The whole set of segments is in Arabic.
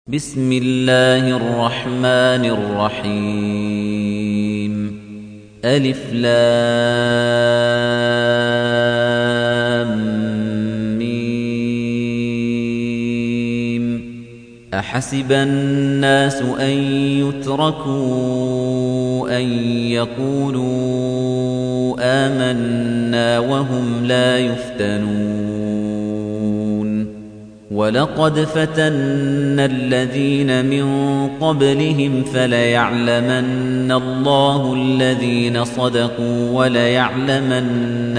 بسم الله الرحمن الرحيم ألف لام ميم أحسب الناس أن يتركوا أن يقولوا آمنا وهم لا يفتنون وَلَقَدْ فَتَنَّا الَّذِينَ مِن قَبْلِهِمْ فَلَيَعْلَمَنَّ اللَّهُ الَّذِينَ صَدَقُوا وَلَيَعْلَمَنَّ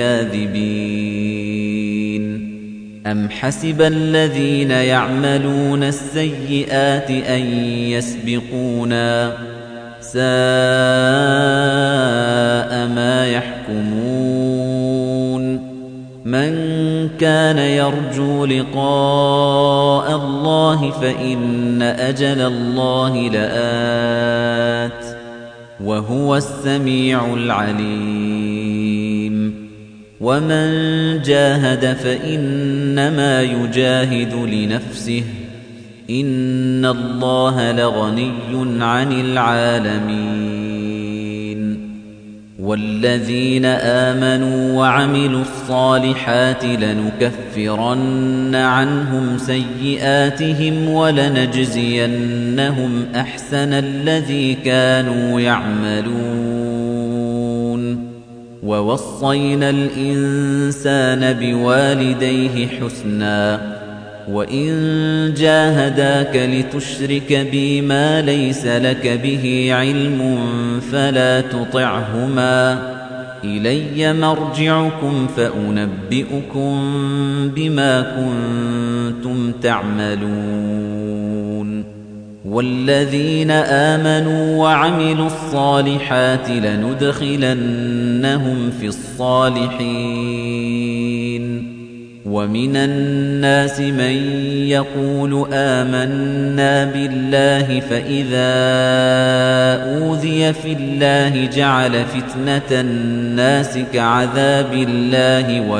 الْكَاذِبِينَ أَمْ حَسِبَ الَّذِينَ يَعْمَلُونَ السَّيِّئَاتِ أَن يَسْبِقُونَا سَاءَ مَا يَحْكُمُونَ مَنْ كَانَ يَرْجُو لِقَاءَ اللَّهِ فَإِنَّ أَجَلَ اللَّهِ لَآتٍ وَهُوَ السَّمِيعُ الْعَلِيمُ وَمَنْ جَاهَدَ فَإِنَّمَا يُجَاهِدُ لِنَفْسِهِ إِنَّ اللَّهَ لَغَنِيٌّ عَنِ الْعَالَمِينَ وَالَّذِينَ آمَنُوا وَعَمِلُوا الصَّالِحَاتِ لَنُكَفِّرَنَّ عَنْهُمْ سَيِّئَاتِهِمْ وَلَنَجْزِيَنَّهُمْ أَحْسَنَ الَّذِي كَانُوا يَعْمَلُونَ وَوَصَّيْنَا الْإِنسَانَ بِوَالِدَيْهِ حُسْنًا وَإِن جَاهَدَاكَ لِتُشْرِكَ بِي مَا لَيْسَ لَكَ بِهِ عِلْمٌ فَلَا تُطِعْهُمَا إِلَيَّ مَرْجِعُكُمْ فَأُنَبِّئُكُم بِمَا كُنتُمْ تَعْمَلُونَ وَالَّذِينَ آمَنُوا وَعَمِلُوا الصَّالِحَاتِ لَنُدْخِلَنَّهُمْ فِي الصَّالِحِينَ وَمِنَ النَّاسِ مَن يَقُولُ آمَنَّا بِاللَّهِ فَإِذَا أُوذِيَ فِي اللَّهِ جَعَلَ فِتْنَةَ النَّاسِ كَعَذَابِ اللَّهِ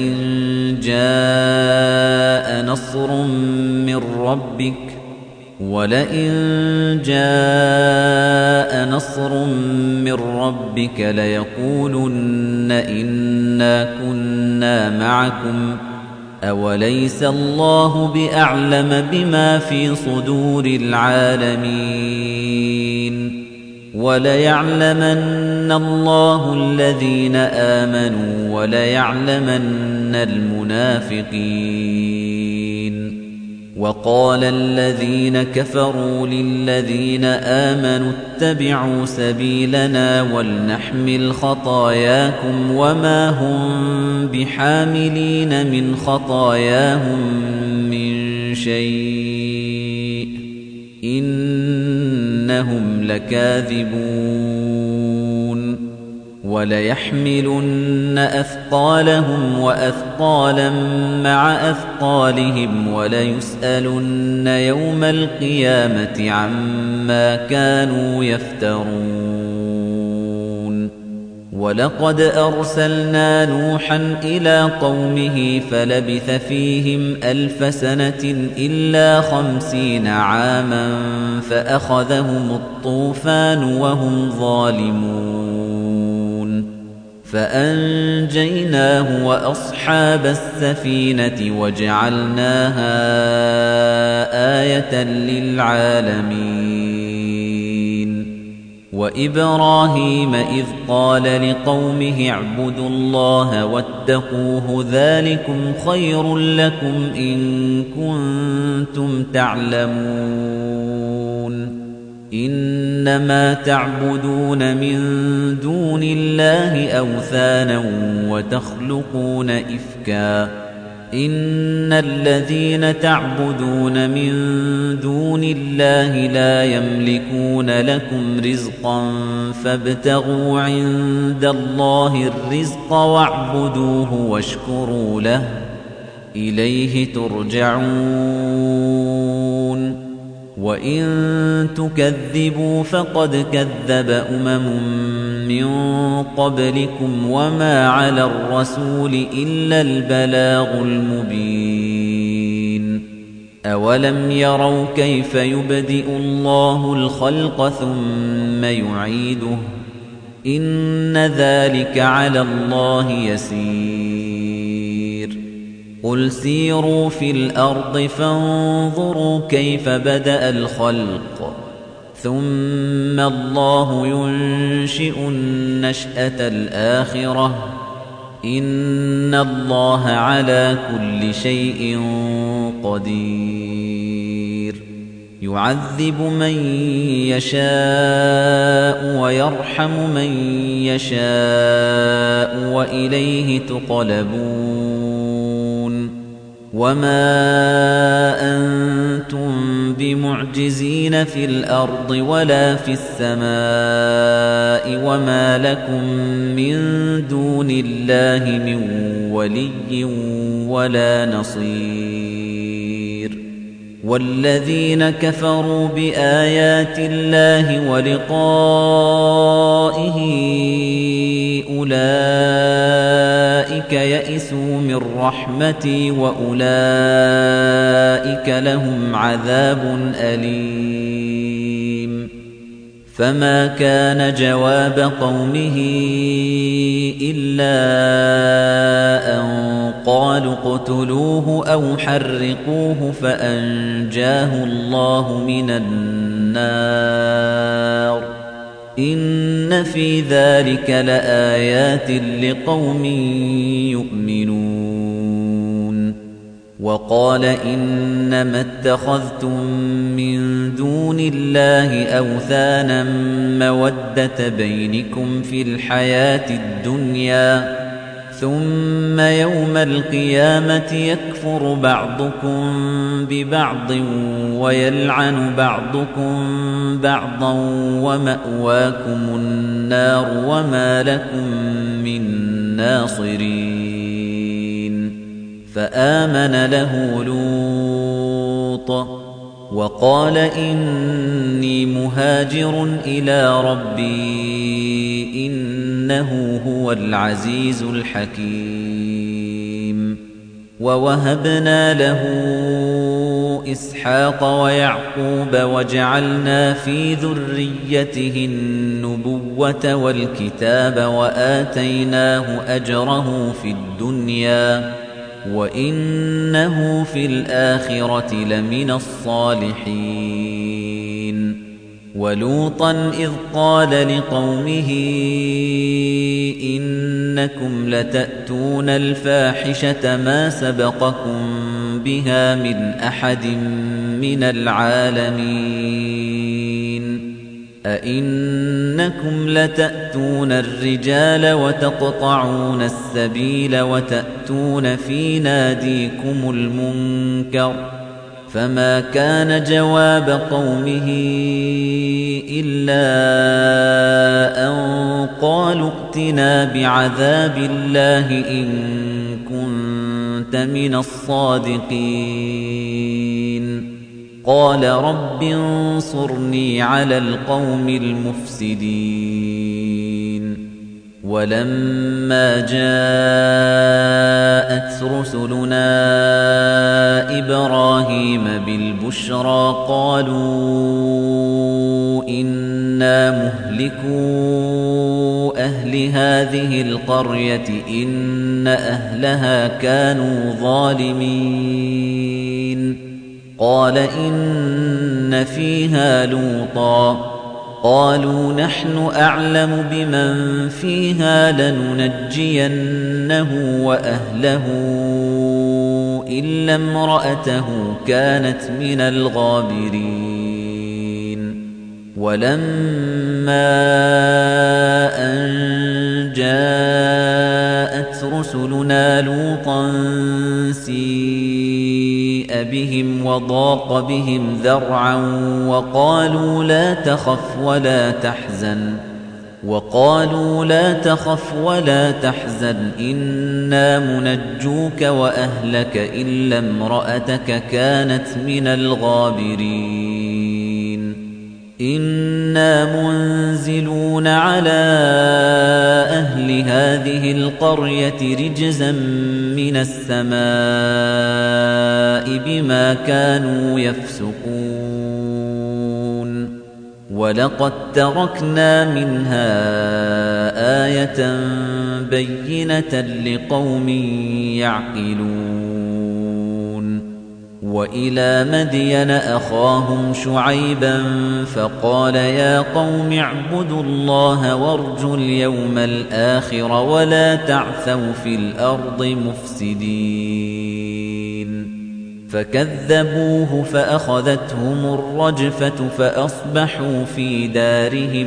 وَلَئِن جَاءَ نَصْرٌ مِّن رَّبِّكَ لَيَقُولُنَّ إِنَّا كُنَّا مَعَكُمْ أَوَلَيْسَ اللَّهُ بِأَعْلَمَ بِمَا فِي صُدُورِ الْعَالَمِينَ وَلَيَعْلَمَنَّ اللَّهُ الَّذِينَ آمَنُوا وَلَيَعْلَمَنَّ الْمُنَافِقِينَ وَقَالَ الَّذِينَ كَفَرُوا لِلَّذِينَ آمَنُوا اتَّبِعُوا سَبِيلَنَا وَلْنَحْمِلْ خَطَايَاكُمْ وَمَا هُمْ بِحَامِلِينَ مِنْ خَطَايَاهُمْ مِنْ شَيْءٍ إِنَّهُمْ لَكَاذِبُونَ وَلَيَحْمِلُنَّ أَثْقَالَهُمْ وَأَثْقَالًا مَّعَ أَثْقَالِهِمْ وَلَيُسْأَلُنَّ يَوْمَ الْقِيَامَةِ عَمَّا كَانُوا يَفْتَرُونَ وَلَقَدْ أَرْسَلْنَا نُوحًا إِلَىٰ قَوْمِهِ فَلَبِثَ فِيهِمْ 1000 سَنَةٍ إِلَّا 50 عَامًا فَأَخَذَهُمُ الطُّوفَانُ وَهُمْ ظَالِمُونَ فَأَنجَيْنَاهُ وَأَصْحَابَ السَّفِينَةِ وَجَعَلْنَاهَا آيَةً لِّلْعَالَمِينَ وَإِبْرَاهِيمَ إِذْ قَالَ لِقَوْمِهِ اعْبُدُوا اللَّهَ وَاتَّقُوهُ ذَٰلِكُمْ خَيْرٌ لَّكُمْ إِن كُنتُمْ تَعْلَمُونَ إِنَّمَا تَعْبُدُونَ مِن دُونِ اللَّهِ أَوْثَانًا وَتَخْلُقُونَ إِفْكًا إِنَّ الَّذِينَ تَعْبُدُونَ مِن دُونِ اللَّهِ لَا يَمْلِكُونَ لَكُمْ رِزْقًا فَابْتَغُوا عِندَ اللَّهِ الرِّزْقَ وَاعْبُدُوهُ وَاشْكُرُوا لَهُ إِلَيْهِ تُرْجَعُونَ وَإِن تُكَذِّبُوا فَقَدْ كَذَّبَ مِن قَبْلِكُمْ وَمَا عَلَى الرَّسُولِ إِلَّا الْبَلَاغُ الْمُبِينُ أَوَلَمْ يَرَوْا كَيْفَ يُبْدِئُ اللَّهُ الْخَلْقَ ثُمَّ يُعِيدُهُ إِنَّ ذَلِكَ عَلَى اللَّهِ يَسِيرٌ قُلْ سِيرُوا فِي الْأَرْضِ فَانظُرُوا كَيْفَ بَدَأَ الْخَلْقَ ثُمَّ اللَّهُ يُنشِئُ النَّشْأَةَ الْآخِرَةَ إِنَّ اللَّهَ عَلَى كُلِّ شَيْءٍ قدير يعذب من يشاء ويرحم من يشاء وإليه تقلبون وما أنتم بمعجزين في الأرض ولا في السماء وما لكم من دون الله من ولي ولا نصير والذين كفروا بآيات الله ولقائه أولئك يئسوا من رحمتي وأولئك لهم عذاب أليم فما كان جواب قومه إلا أن قالوا اقتلوه أو حرقوه فأنجاه الله من النار إن في ذلك لآيات لقوم يؤمنون وقال إنما اتخذتم من دون الله أوثانا مودة بينكم في الحياة الدنيا ثم يوم القيامة يكفر بعضكم ببعض ويلعن بعضكم بعضا ومأواكم النار وما لكم من ناصرين فآمن له لوط وقال إني مهاجر إلى ربي إنه هو العزيز الحكيم ووهبنا له إسحاق ويعقوب وجعلنا في ذريته النبوة والكتاب وآتيناه أجره في الدنيا وإنه في الآخرة لمن الصالحين ولوطا إذ قال لقومه إنكم لتأتون الفاحشة ما سبقكم بها من أحد من العالمين أئنكم لتأتون الرجال وتقطعون السبيل وتأتون في ناديكم المنكر فما كان جواب قومه إلا أن قالوا ائتنا بعذاب الله إن كنت من الصادقين قال رب انصرني على القوم المفسدين ولما جاءت رسلنا إبراهيم بالبشرى قالوا إنا مهلكو أهل هذه القرية إن أهلها كانوا ظالمين قال إن فيها لوطا قالوا نحن أعلم بمن فيها لننجينه وأهله إلا امرأته كانت من الغابرين ولما أن جاءت رسلنا لوطا سيء بهم وضاق بهم ذرعا وقالوا لا تخف ولا تحزن إنا منجوك وأهلك إلا امرأتك كانت من الغابرين إنا منزلون على أهل هذه القرية رجزا مِّنَ السَّمَاءِ بِمَا كَانُوا يَفْسُقُونَ وَلَقَدْ تَرَكْنَا مِنْهَا آيَةً بَيِّنَةً لِقَوْمٍ يَعْقِلُونَ وَإِلَى مَدْيَنَ أَخَاهُمْ شُعَيْبًا فَقَالَ يَا قَوْمِ اعْبُدُوا اللَّهَ وَارْجُوا الْيَوْمَ الْآخِرَ وَلَا تَعْثَوْا فِي الْأَرْضِ مُفْسِدِينَ فَكَذَّبُوهُ فَأَخَذَتْهُمُ الرَّجْفَةُ فَأَصْبَحُوا فِي دَارِهِمْ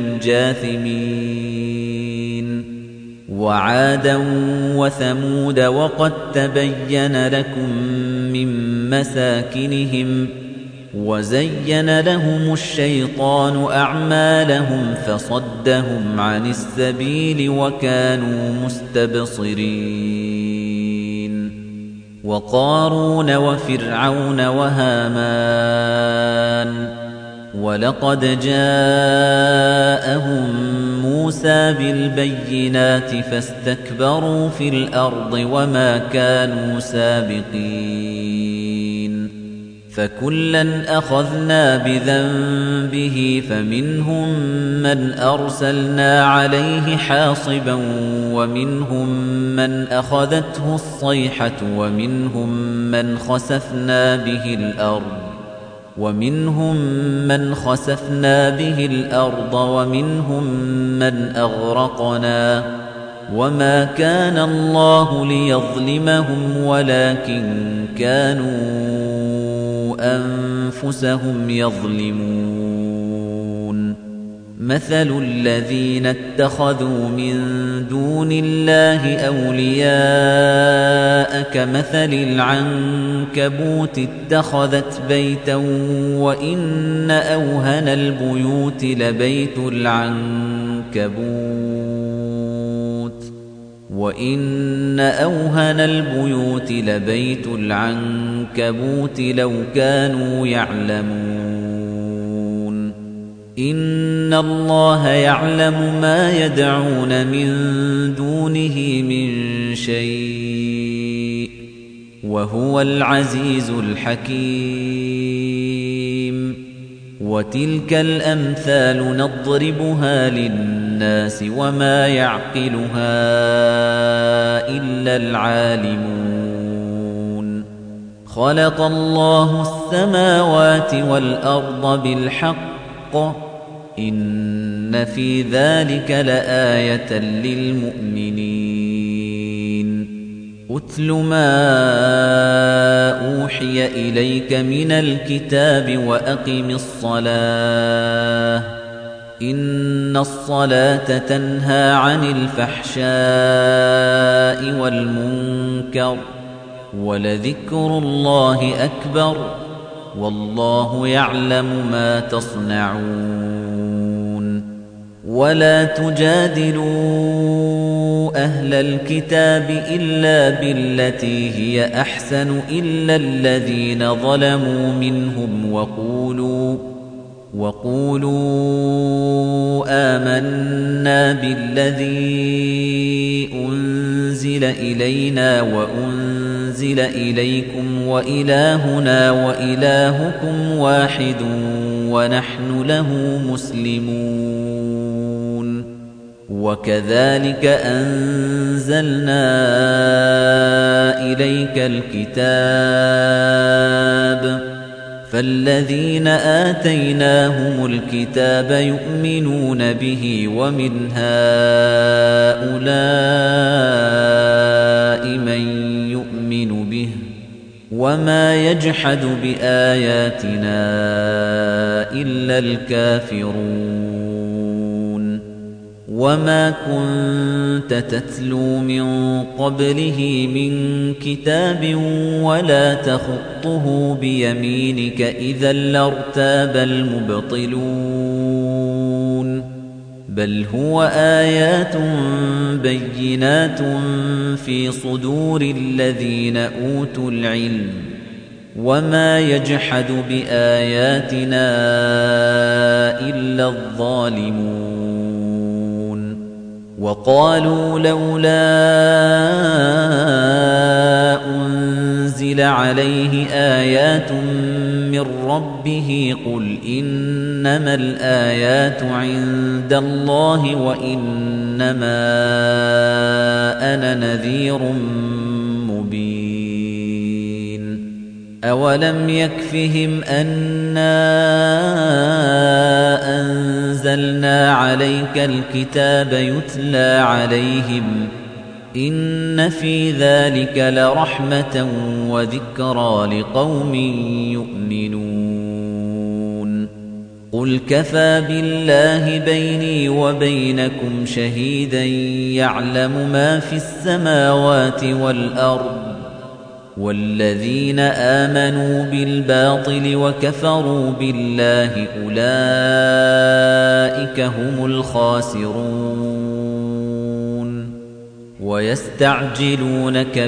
جَاثِمِينَ وَعَادًا وَثَمُودَ وَقَدْ تَبَيَّنَ لَكُم مِّن مَّسَاكِنِهِمْ وَزَيَّنَ لَهُمُ الشَّيْطَانُ أَعْمَالَهُمْ فَصَدَّهُمْ عَنِ السَّبِيلِ وَكَانُوا مُسْتَبْصِرِينَ وَقَارُونَ وَفِرْعَوْنَ وَهَامَانَ وَلَقَدْ جَاءَهُم مُوسَى بِالْبَيِّنَاتِ فَاسْتَكْبَرُوا فِي الْأَرْضِ وَمَا كَانُوا سَابِقِينَ فَكُلًّا أَخَذْنَا بِذَنبِهِ فَمِنْهُم مَّنْ أَرْسَلْنَا عَلَيْهِ حَاصِبًا وَمِنْهُم مَّنْ أَخَذَتْهُ الصَّيْحَةُ وَمِنْهُم مَّنْ خَسَفْنَا بِهِ الْأَرْضَ وَمِنْهُم مَّنْ أَغْرَقْنَا وَمَا كَانَ اللَّهُ لِيَظْلِمَهُمْ وَلَكِن كَانُوا أَنفُسَهُمْ يَظْلِمُونَ مَثَلُ الَّذِينَ اتَّخَذُوا مِن دُونِ اللَّهِ أَوْلِيَاءَ كَمَثَلِ الْعَنكَبُوتِ اتَّخَذَتْ بَيْتًا وَإِنَّ أَوْهَنَ الْبُيُوتِ لَبَيْتُ الْعَنكَبُوتِ لَوْ كَانُوا يَعْلَمُونَ إِنَّ اللَّهَ يَعْلَمُ مَا يَدْعُونَ مِن دُونِهِ مِن شَيْءٍ وَهُوَ الْعَزِيزُ الْحَكِيمُ وَتِلْكَ الْأَمْثَالُ نَضْرِبُهَا لِلنَّاسِ وَمَا يَعْقِلُهَا إِلَّا الْعَالِمُونَ خَلَقَ اللَّهُ السَّمَاوَاتِ وَالْأَرْضَ بِالْحَقِّ إِنَّ فِي ذَلِكَ لَآيَةً لِلْمُؤْمِنِينَ أُتْلُ مَا أُوحِيَ إِلَيْكَ مِنَ الْكِتَابِ وَأَقِمِ الصَّلَاةَ إِنَّ الصَّلَاةَ تَنْهَى عَنِ الْفَحْشَاءِ وَالْمُنكَرِ وَلَذِكْرُ اللَّهِ أَكْبَرُ وَاللَّهُ يَعْلَمُ مَا تَصْنَعُونَ وَلَا تُجَادِلُوا أَهْلَ الْكِتَابِ إِلَّا بِالَّتِي هِيَ أَحْسَنُ إِلَّا الَّذِينَ ظَلَمُوا مِنْهُمْ وَقُولُوا آمَنَّا بِالَّذِي أُنزِلَ إِلَيْنَا وَأُنزِلَ إِلَيْكُمْ وَإِلَٰهُنَا وَإِلَٰهُكُمْ وَاحِدٌ وَنَحْنُ لَهُ مُسْلِمُونَ وَكَذَلِكَ أَنزَلْنَا إِلَيْكَ الْكِتَابَ فَالَّذِينَ آتَيْنَاهُمُ الْكِتَابَ يُؤْمِنُونَ بِهِ وَمِنْ هَؤُلَاءِ مَن يُؤْمِنُ بِهِ وَمَا يَجْحَدُ بِآيَاتِنَا إِلَّا الْكَافِرُونَ وَمَا كُنتَ تَتْلُو مِن قَبْلِهِ مِن كِتَابٍ وَلَا تَخُطُّهُ بِيَمِينِكَ إِذًا لَّارْتَابَ الْمُبْطِلُونَ بَلْ هُوَ آيَاتٌ بَيِّنَاتٌ فِي صُدُورِ الَّذِينَ أُوتُوا الْعِلْمَ وَمَا يَجْحَدُ بِآيَاتِنَا إِلَّا الظَّالِمُونَ وَقَالُوا لَوْلَا أنزل عليه آيات من ربه قل إنما الآيات عند الله وإنما أنا نذير مبين أولم يكفهم أنا أنزلنا عليك الكتاب يتلى عليهم إن في ذلك لرحمة وذكرى لقوم يؤمنون قل كفى بالله بيني وبينكم شهيدا يعلم ما في السماوات والأرض والذين آمنوا بالباطل وكفروا بالله أولئك هم الخاسرون ويستعجلونك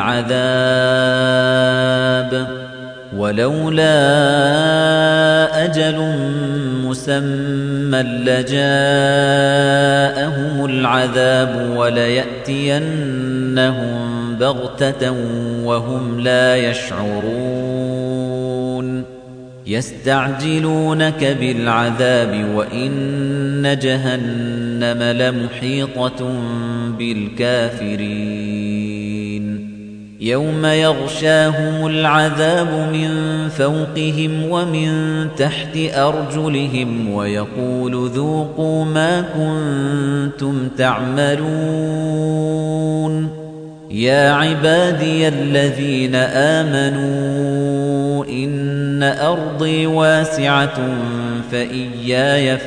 بالعذاب ولولا أجل مسمى لجاءهم العذاب وليأتينهم بغتة وهم لا يشعرون يستعجلونك بالعذاب وإن جهنم لمحيطة بالكافرين يوم يغشاهم العذاب من فوقهم ومن تحت أرجلهم ويقول ذوقوا ما كنتم تعملون يا عبادي الذين آمنوا إن أرضي واسعة فإياي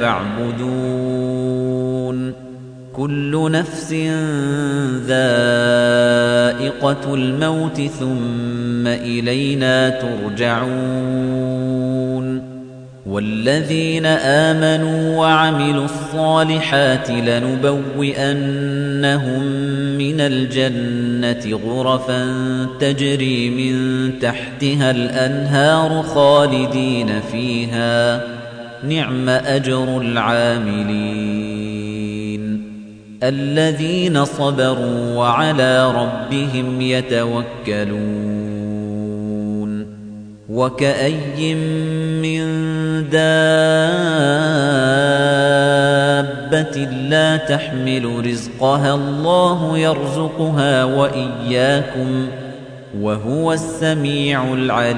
فاعبدون كل نفس ذائقة الموت ثم إلينا ترجعون والذين آمنوا وعملوا الصالحات لنبوئنهم من الجنة غرفا تجري من تحتها الأنهار خالدين فيها نعم أجر العاملين الذين صبروا وعلى ربهم يتوكلون وكأي من دابة لا تحمل رزقها الله يرزقها وإياكم وهو السميع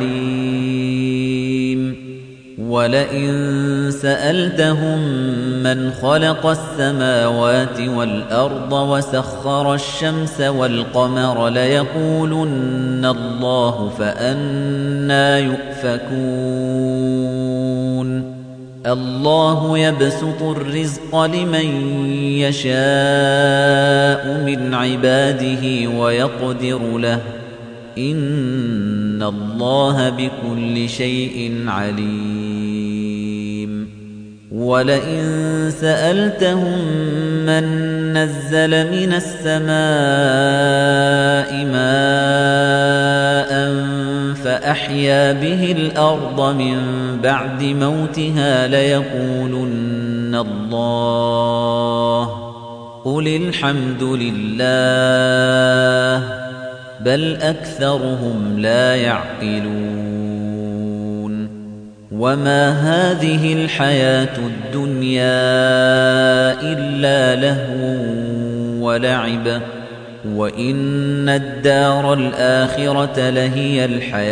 العليم ولئن سألتهم من خلق السماوات والأرض وسخر الشمس والقمر ليقولن الله فأنى يؤفكون الله يبسط الرزق لمن يشاء من عباده ويقدر له إن الله بكل شيء عليم ولئن سألتهم من نزل من السماء ماء فأحيا به الأرض من بعد موتها ليقولن الله قل الحمد لله بل أكثرهم لا يعقلون وما هذه الحياة الدنيا إلا لهو ولعب وإن الدار الآخرة لهي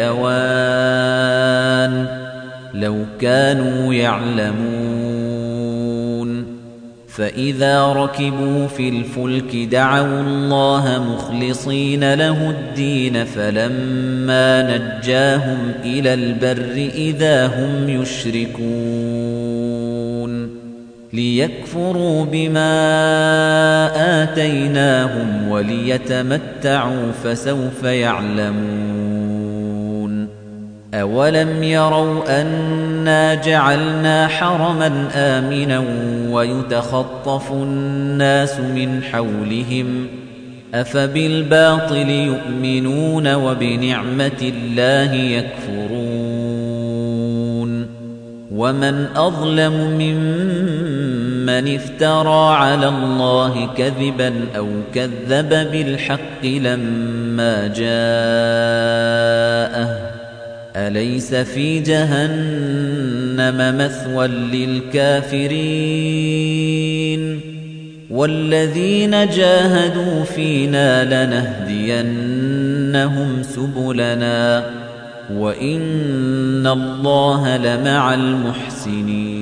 الحيوان لو كانوا يعلمون فإذا ركبوا في الفلك دعوا الله مخلصين له الدين فلما نجاهم إلى البر إذا هم يشركون ليكفروا بما آتيناهم وليتمتعوا فسوف يعلمون أولم يروا أنا جعلنا حرما آمنا ويتخطف الناس من حولهم أفبالباطل يؤمنون وبنعمة الله يكفرون ومن أظلم ممن افترى على الله كذبا أو كذب بالحق لما جاءه أليس في جهنم مثوى للكافرين والذين جاهدوا فينا لنهدينهم سبلنا وإن الله لمع المحسنين